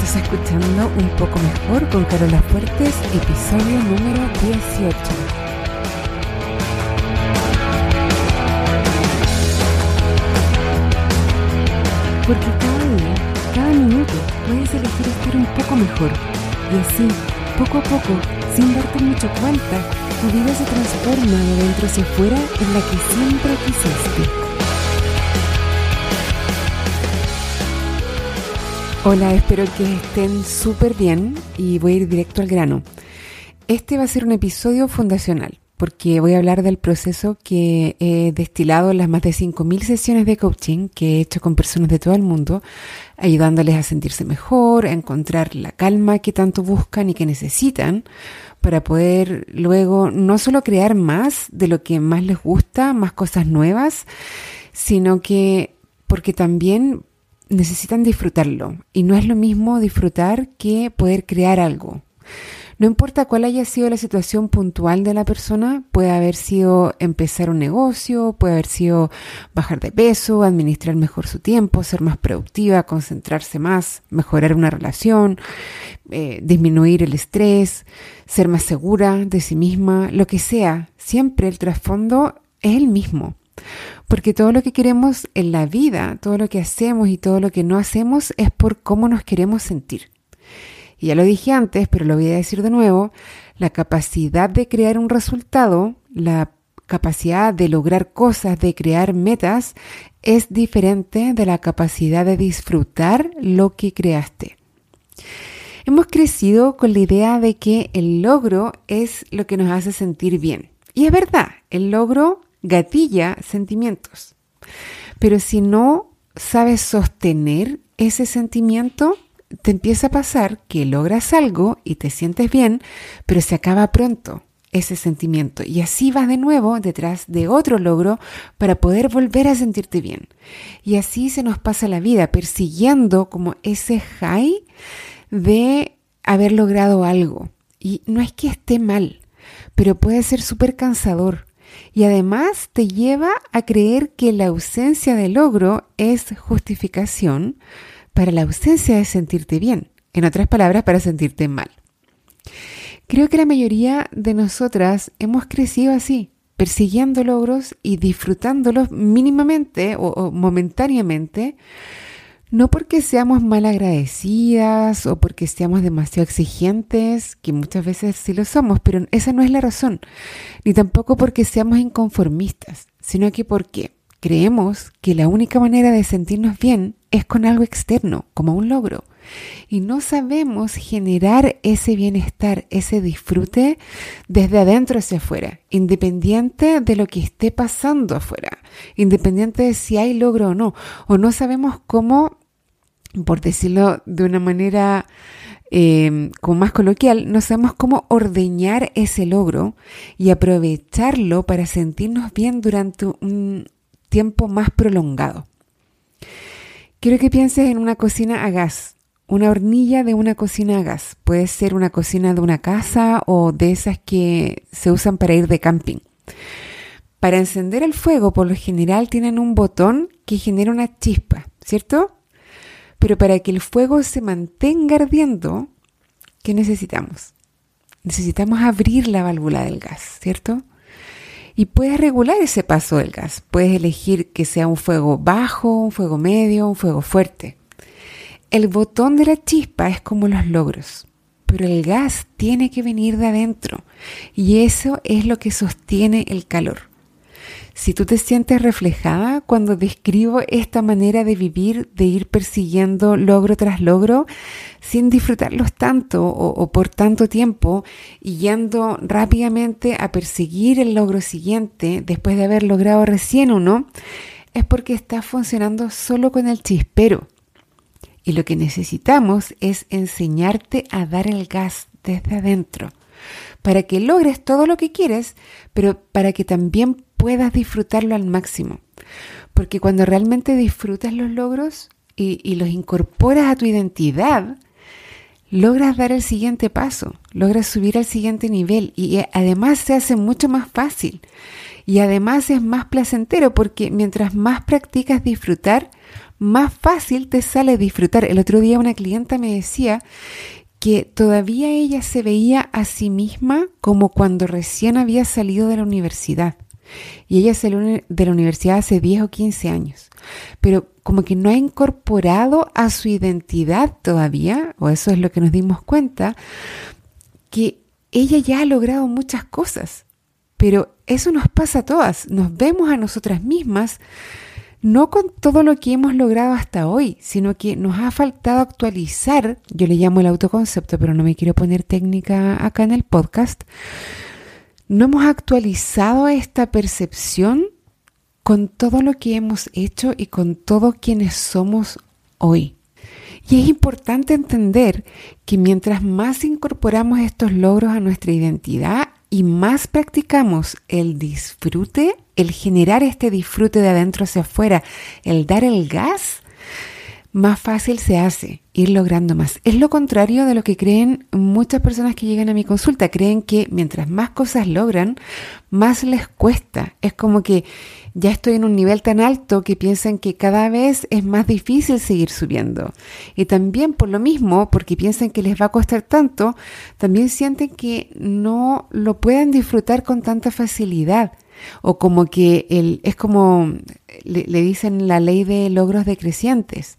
Estás escuchando Un Poco Mejor con Carola Fuertes, episodio número 18. Porque cada día, cada minuto, puedes elegir estar un poco mejor. Y así, poco a poco, sin darte mucho cuenta, tu vida se transforma de dentro hacia afuera en la que siempre quisiste. Hola, espero que estén súper bien y voy a ir directo al grano. Este va a ser un episodio fundacional porque voy a hablar del proceso que he destilado en las más de 5.000 sesiones de coaching que he hecho con personas de todo el mundo, ayudándoles a sentirse mejor, a encontrar la calma que tanto buscan y que necesitan para poder luego no solo crear más de lo que más les gusta, más cosas nuevas, sino que porque también necesitan disfrutarlo, y no es lo mismo disfrutar que poder crear algo. No importa cuál haya sido la situación puntual de la persona, puede haber sido empezar un negocio, puede haber sido bajar de peso, administrar mejor su tiempo, ser más productiva, concentrarse más, mejorar una relación, disminuir el estrés, ser más segura de sí misma, lo que sea. Siempre el trasfondo es el mismo. Porque todo lo que queremos en la vida, todo lo que hacemos y todo lo que no hacemos es por cómo nos queremos sentir. Y ya lo dije antes, pero lo voy a decir de nuevo, la capacidad de crear un resultado, la capacidad de lograr cosas, de crear metas, es diferente de la capacidad de disfrutar lo que creaste. Hemos crecido con la idea de que el logro es lo que nos hace sentir bien. Y es verdad, el logro gatilla sentimientos. Pero si no sabes sostener ese sentimiento, te empieza a pasar que logras algo y te sientes bien, pero se acaba pronto ese sentimiento. Y así vas de nuevo detrás de otro logro para poder volver a sentirte bien. Y así se nos pasa la vida persiguiendo como ese high de haber logrado algo. Y no es que esté mal, pero puede ser súper cansador. Y además te lleva a creer que la ausencia de logro es justificación para la ausencia de sentirte bien. En otras palabras, para sentirte mal. Creo que la mayoría de nosotras hemos crecido así, persiguiendo logros y disfrutándolos mínimamente o momentáneamente, no porque seamos mal agradecidas o porque seamos demasiado exigentes, que muchas veces sí lo somos, pero esa no es la razón. Ni tampoco porque seamos inconformistas, sino que porque creemos que la única manera de sentirnos bien es con algo externo, como un logro. Y no sabemos generar ese bienestar, ese disfrute desde adentro hacia afuera, independiente de lo que esté pasando afuera, independiente de si hay logro o no sabemos cómo, por decirlo de una manera como más coloquial, no sabemos cómo ordeñar ese logro y aprovecharlo para sentirnos bien durante un tiempo más prolongado. Quiero que pienses en una cocina a gas, una hornilla de una cocina a gas. Puede ser una cocina de una casa o de esas que se usan para ir de camping. Para encender el fuego, por lo general, tienen un botón que genera una chispa, ¿cierto? Pero para que el fuego se mantenga ardiendo, ¿qué necesitamos? Necesitamos abrir la válvula del gas, ¿cierto? Y puedes regular ese paso del gas. Puedes elegir que sea un fuego bajo, un fuego medio, un fuego fuerte. El botón de la chispa es como los logros, pero el gas tiene que venir de adentro y eso es lo que sostiene el calor. Si tú te sientes reflejada cuando describo esta manera de vivir, de ir persiguiendo logro tras logro, sin disfrutarlos tanto o por tanto tiempo y yendo rápidamente a perseguir el logro siguiente después de haber logrado recién uno, es porque estás funcionando solo con el chispero. Y lo que necesitamos es enseñarte a dar el gas desde adentro, para que logres todo lo que quieres, pero para que también puedas disfrutarlo al máximo. Porque cuando realmente disfrutas los logros y los incorporas a tu identidad, logras dar el siguiente paso, logras subir al siguiente nivel y además se hace mucho más fácil. Y además es más placentero porque mientras más practicas disfrutar, más fácil te sale disfrutar. El otro día una clienta me decía que todavía ella se veía a sí misma como cuando recién había salido de la universidad. Y ella salió de la universidad hace 10 o 15 años. Pero como que no ha incorporado a su identidad todavía, o eso es lo que nos dimos cuenta, que ella ya ha logrado muchas cosas. Pero eso nos pasa a todas. Nos vemos a nosotras mismas no con todo lo que hemos logrado hasta hoy, sino que nos ha faltado actualizar, yo le llamo el autoconcepto, pero no me quiero poner técnica acá en el podcast, no hemos actualizado esta percepción con todo lo que hemos hecho y con todo quienes somos hoy. Y es importante entender que mientras más incorporamos estos logros a nuestra identidad y más practicamos el disfrute, el generar este disfrute de adentro hacia afuera, el dar el gas, más fácil se hace ir logrando más. Es lo contrario de lo que creen muchas personas que llegan a mi consulta. Creen que mientras más cosas logran, más les cuesta. Es como que ya estoy en un nivel tan alto que piensan que cada vez es más difícil seguir subiendo. Y también por lo mismo, porque piensan que les va a costar tanto, también sienten que no lo pueden disfrutar con tanta facilidad. O como que es como le dicen la ley de logros decrecientes.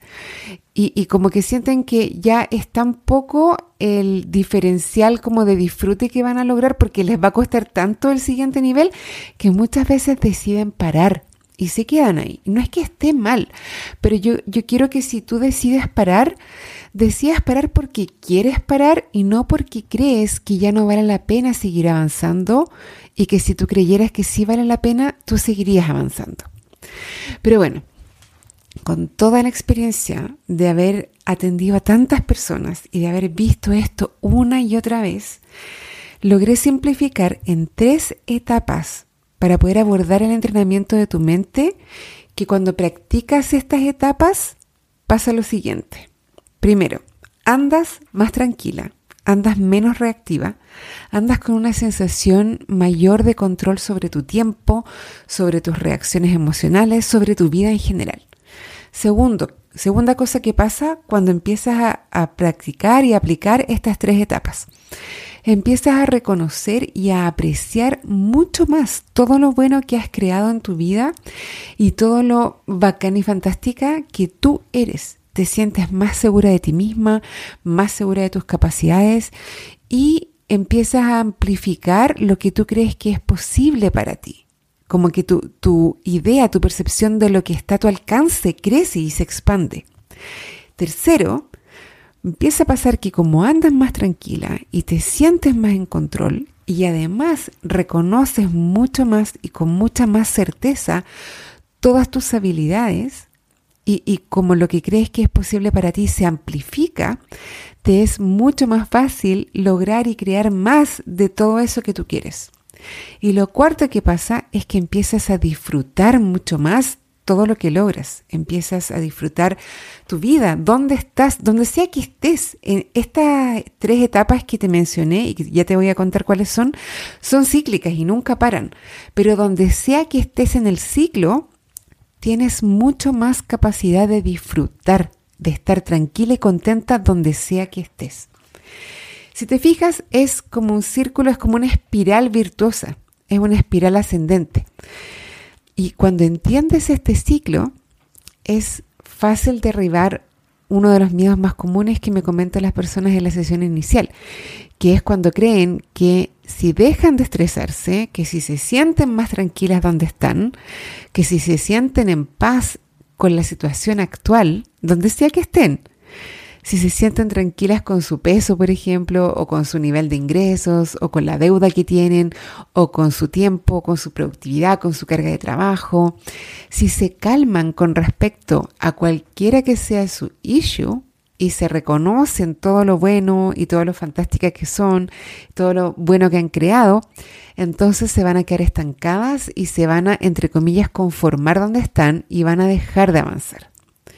Y como que sienten que ya es tan poco el diferencial como de disfrute que van a lograr porque les va a costar tanto el siguiente nivel que muchas veces deciden parar y se quedan ahí. No es que esté mal, pero yo quiero que si tú decidas parar porque quieres parar y no porque crees que ya no vale la pena seguir avanzando y que si tú creyeras que sí vale la pena, tú seguirías avanzando. Pero bueno, con toda la experiencia de haber atendido a tantas personas y de haber visto esto una y otra vez, logré simplificar en 3 etapas para poder abordar el entrenamiento de tu mente, que cuando practicas estas etapas pasa lo siguiente. Primero, andas más tranquila, andas menos reactiva, andas con una sensación mayor de control sobre tu tiempo, sobre tus reacciones emocionales, sobre tu vida en general. Segunda cosa que pasa cuando empiezas a practicar y aplicar estas 3 etapas. Empiezas a reconocer y a apreciar mucho más todo lo bueno que has creado en tu vida y todo lo bacán y fantástica que tú eres. Te sientes más segura de ti misma, más segura de tus capacidades y empiezas a amplificar lo que tú crees que es posible para ti. Como que tu idea, tu percepción de lo que está a tu alcance crece y se expande. Tercero, empieza a pasar que como andas más tranquila y te sientes más en control y además reconoces mucho más y con mucha más certeza todas tus habilidades y como lo que crees que es posible para ti se amplifica, te es mucho más fácil lograr y crear más de todo eso que tú quieres. Y lo cuarto que pasa es que empiezas a disfrutar mucho más todo lo que logras. Empiezas a disfrutar tu vida, dónde estás, donde sea que estés. En estas 3 etapas que te mencioné y que ya te voy a contar cuáles son cíclicas y nunca paran. Pero donde sea que estés en el ciclo, tienes mucho más capacidad de disfrutar, de estar tranquila y contenta donde sea que estés. Si te fijas, es como un círculo, es como una espiral virtuosa, es una espiral ascendente. Y cuando entiendes este ciclo, es fácil derribar uno de los miedos más comunes que me comentan las personas en la sesión inicial, que es cuando creen que si dejan de estresarse, que si se sienten más tranquilas donde están, que si se sienten en paz con la situación actual, donde sea que estén, si se sienten tranquilas con su peso, por ejemplo, o con su nivel de ingresos, o con la deuda que tienen, o con su tiempo, con su productividad, con su carga de trabajo, si se calman con respecto a cualquiera que sea su issue y se reconocen todo lo bueno y todo lo fantásticas que son, todo lo bueno que han creado, entonces se van a quedar estancadas y se van a, entre comillas, conformar donde están y van a dejar de avanzar.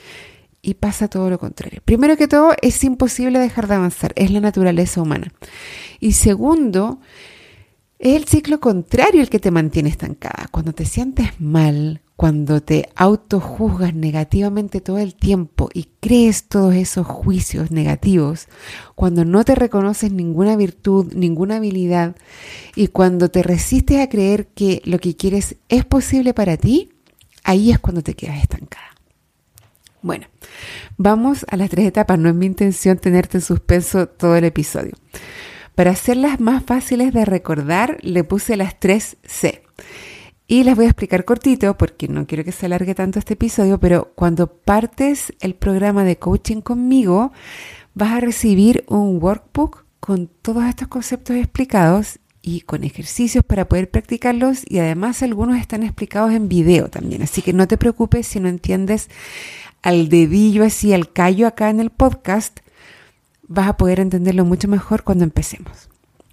Y pasa todo lo contrario. Primero que todo, es imposible dejar de avanzar. Es la naturaleza humana. Y segundo, es el ciclo contrario el que te mantiene estancada. Cuando te sientes mal, cuando te autojuzgas negativamente todo el tiempo y crees todos esos juicios negativos, cuando no te reconoces ninguna virtud, ninguna habilidad y cuando te resistes a creer que lo que quieres es posible para ti, ahí es cuando te quedas estancada. Bueno, vamos a las 3 etapas. No es mi intención tenerte en suspenso todo el episodio. Para hacerlas más fáciles de recordar, le puse las 3 C. Y las voy a explicar cortito porque no quiero que se alargue tanto este episodio, pero cuando partes el programa de coaching conmigo, vas a recibir un workbook con todos estos conceptos explicados y con ejercicios para poder practicarlos, y además algunos están explicados en video también. Así que no te preocupes si no entiendes al dedillo así, al callo acá en el podcast, vas a poder entenderlo mucho mejor cuando empecemos.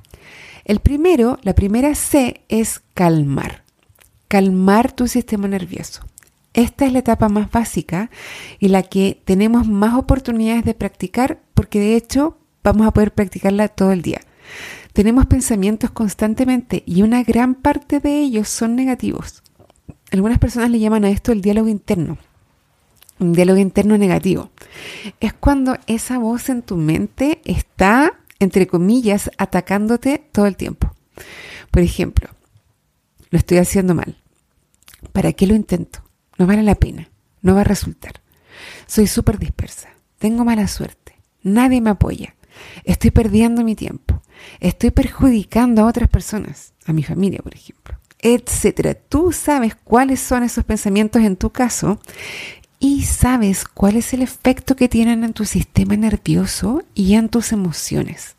La primera C es calmar. Calmar tu sistema nervioso. Esta es la etapa más básica y la que tenemos más oportunidades de practicar, porque de hecho vamos a poder practicarla todo el día. Tenemos pensamientos constantemente y una gran parte de ellos son negativos. Algunas personas le llaman a esto el diálogo interno. Un diálogo interno negativo. Es cuando esa voz en tu mente está, entre comillas, atacándote todo el tiempo. Por ejemplo, lo estoy haciendo mal. ¿Para qué lo intento? No vale la pena. No va a resultar. Soy súper dispersa. Tengo mala suerte. Nadie me apoya. Estoy perdiendo mi tiempo. Estoy perjudicando a otras personas. A mi familia, por ejemplo. Etcétera. Tú sabes cuáles son esos pensamientos en tu caso y sabes cuál es el efecto que tienen en tu sistema nervioso y en tus emociones.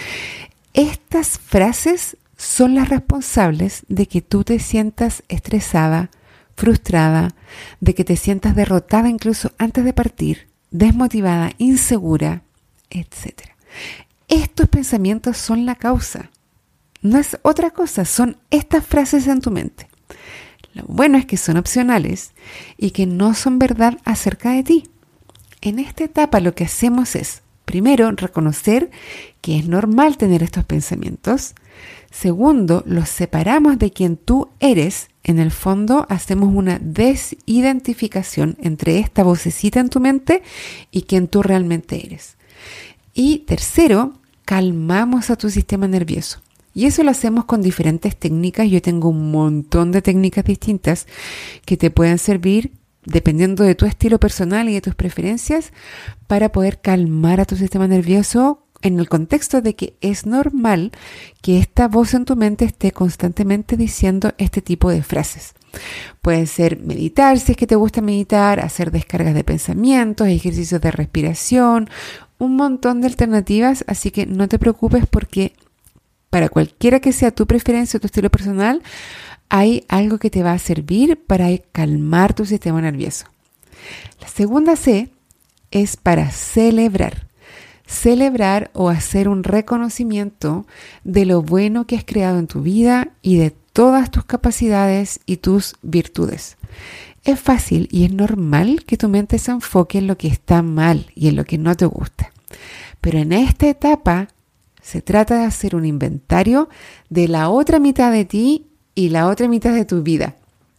Estas frases son las responsables de que tú te sientas estresada, frustrada, de que te sientas derrotada incluso antes de partir, desmotivada, insegura, etc. Estos pensamientos son la causa. No es otra cosa, son estas frases en tu mente. Lo bueno es que son opcionales y que no son verdad acerca de ti. En esta etapa lo que hacemos es, primero, reconocer que es normal tener estos pensamientos. Segundo, los separamos de quien tú eres. En el fondo, hacemos una desidentificación entre esta vocecita en tu mente y quien tú realmente eres. Y tercero, calmamos a tu sistema nervioso. Y eso lo hacemos con diferentes técnicas. Yo tengo un montón de técnicas distintas que te pueden servir dependiendo de tu estilo personal y de tus preferencias para poder calmar a tu sistema nervioso en el contexto de que es normal que esta voz en tu mente esté constantemente diciendo este tipo de frases. Puede ser meditar, si es que te gusta meditar, hacer descargas de pensamientos, ejercicios de respiración, un montón de alternativas, así que no te preocupes porque para cualquiera que sea tu preferencia o tu estilo personal, hay algo que te va a servir para calmar tu sistema nervioso. La segunda C es para celebrar. Celebrar o hacer un reconocimiento de lo bueno que has creado en tu vida y de todas tus capacidades y tus virtudes. Es fácil y es normal que tu mente se enfoque en lo que está mal y en lo que no te gusta. Pero en esta etapa se trata de hacer un inventario de la otra mitad de ti y la otra mitad de tu vida.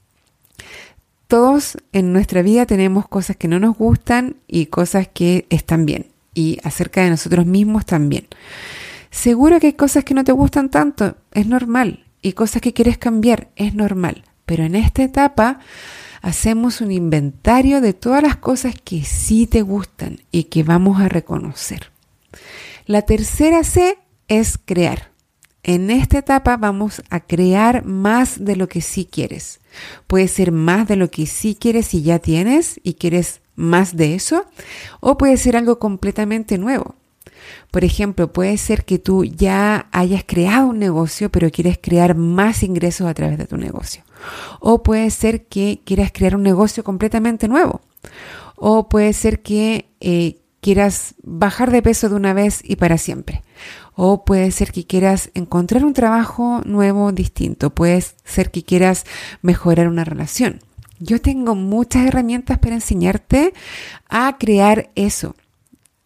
Todos en nuestra vida tenemos cosas que no nos gustan y cosas que están bien. Y acerca de nosotros mismos también. Seguro que hay cosas que no te gustan tanto, es normal. Y cosas que quieres cambiar, es normal. Pero en esta etapa hacemos un inventario de todas las cosas que sí te gustan y que vamos a reconocer. La tercera C es crear. En esta etapa vamos a crear más de lo que sí quieres. Puede ser más de lo que sí quieres y ya tienes y quieres más de eso, o puede ser algo completamente nuevo. Por ejemplo, puede ser que tú ya hayas creado un negocio, pero quieres crear más ingresos a través de tu negocio. O puede ser que quieras crear un negocio completamente nuevo. O puede ser que quieras bajar de peso de una vez y para siempre. O puede ser que quieras encontrar un trabajo nuevo, distinto. Puede ser que quieras mejorar una relación. Yo tengo muchas herramientas para enseñarte a crear eso.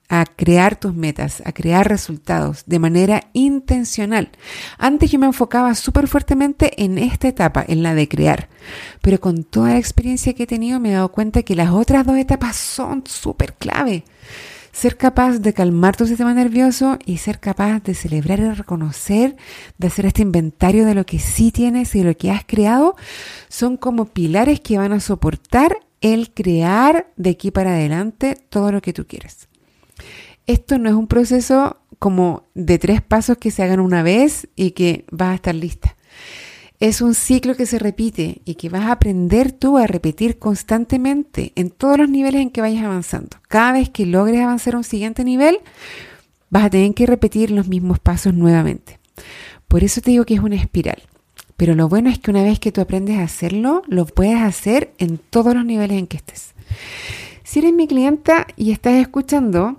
a crear tus metas, a crear resultados de manera intencional. Antes yo me enfocaba súper fuertemente en esta etapa, en la de crear, pero con toda la experiencia que he tenido me he dado cuenta que las otras dos etapas son súper clave. Ser capaz de calmar tu sistema nervioso y ser capaz de celebrar y reconocer, de hacer este inventario de lo que sí tienes y de lo que has creado, son como pilares que van a soportar el crear de aquí para adelante todo lo que tú quieres. Esto no es un proceso como de 3 pasos que se hagan una vez y que vas a estar lista. Es un ciclo que se repite y que vas a aprender tú a repetir constantemente en todos los niveles en que vayas avanzando. Cada vez que logres avanzar a un siguiente nivel, vas a tener que repetir los mismos pasos nuevamente. Por eso te digo que es una espiral. Pero lo bueno es que una vez que tú aprendes a hacerlo, lo puedes hacer en todos los niveles en que estés. Si eres mi clienta y estás escuchando,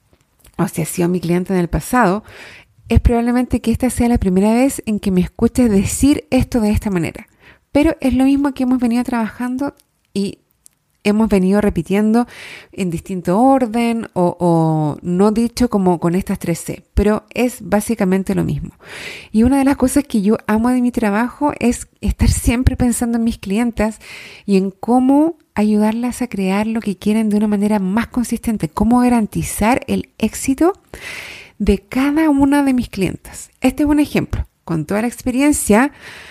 o si has sido mi cliente en el pasado, es probablemente que esta sea la primera vez en que me escuches decir esto de esta manera. Pero es lo mismo que hemos venido trabajando y hemos venido repitiendo en distinto orden o no dicho como con estas 3C, pero es básicamente lo mismo. Y una de las cosas que yo amo de mi trabajo es estar siempre pensando en mis clientas y en cómo ayudarlas a crear lo que quieren de una manera más consistente, cómo garantizar el éxito de cada una de mis clientas. Este es un ejemplo. Con toda la experiencia,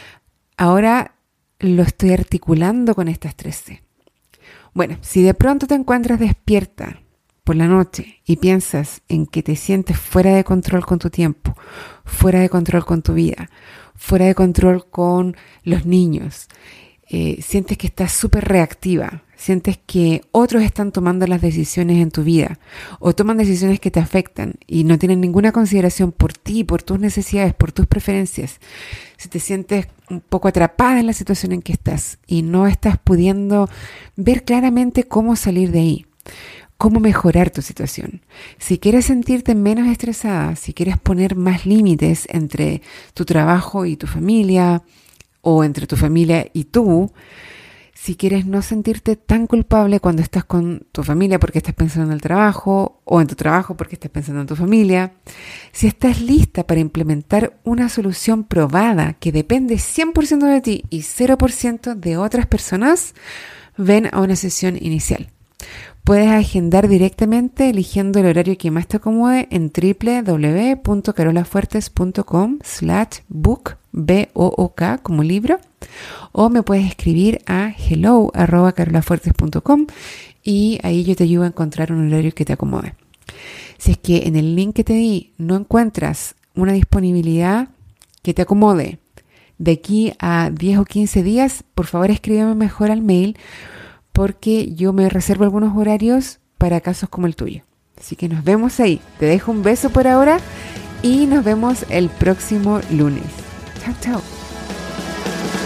ahora lo estoy articulando con estas 3C. Bueno, si de pronto te encuentras despierta por la noche y piensas en que te sientes fuera de control con tu tiempo, fuera de control con tu vida, fuera de control con los niños, sientes que estás súper reactiva, sientes que otros están tomando las decisiones en tu vida o toman decisiones que te afectan y no tienen ninguna consideración por ti, por tus necesidades, por tus preferencias, si te sientes un poco atrapada en la situación en que estás y no estás pudiendo ver claramente cómo salir de ahí, cómo mejorar tu situación. Si quieres sentirte menos estresada, si quieres poner más límites entre tu trabajo y tu familia o entre tu familia y tú, si quieres no sentirte tan culpable cuando estás con tu familia porque estás pensando en el trabajo o en tu trabajo porque estás pensando en tu familia, si estás lista para implementar una solución probada que depende 100% de ti y 0% de otras personas, ven a una sesión inicial. Puedes agendar directamente eligiendo el horario que más te acomode en www.carolafuertes.com/book, B-O-O-K, como libro, o me puedes escribir a hello@carolafuertes.com y ahí yo te ayudo a encontrar un horario que te acomode. Si es que en el link que te di no encuentras una disponibilidad que te acomode de aquí a 10 o 15 días, por favor escríbeme mejor al mail porque yo me reservo algunos horarios para casos como el tuyo. Así que nos vemos ahí. Te dejo un beso por ahora y nos vemos el próximo lunes. Chao, chao.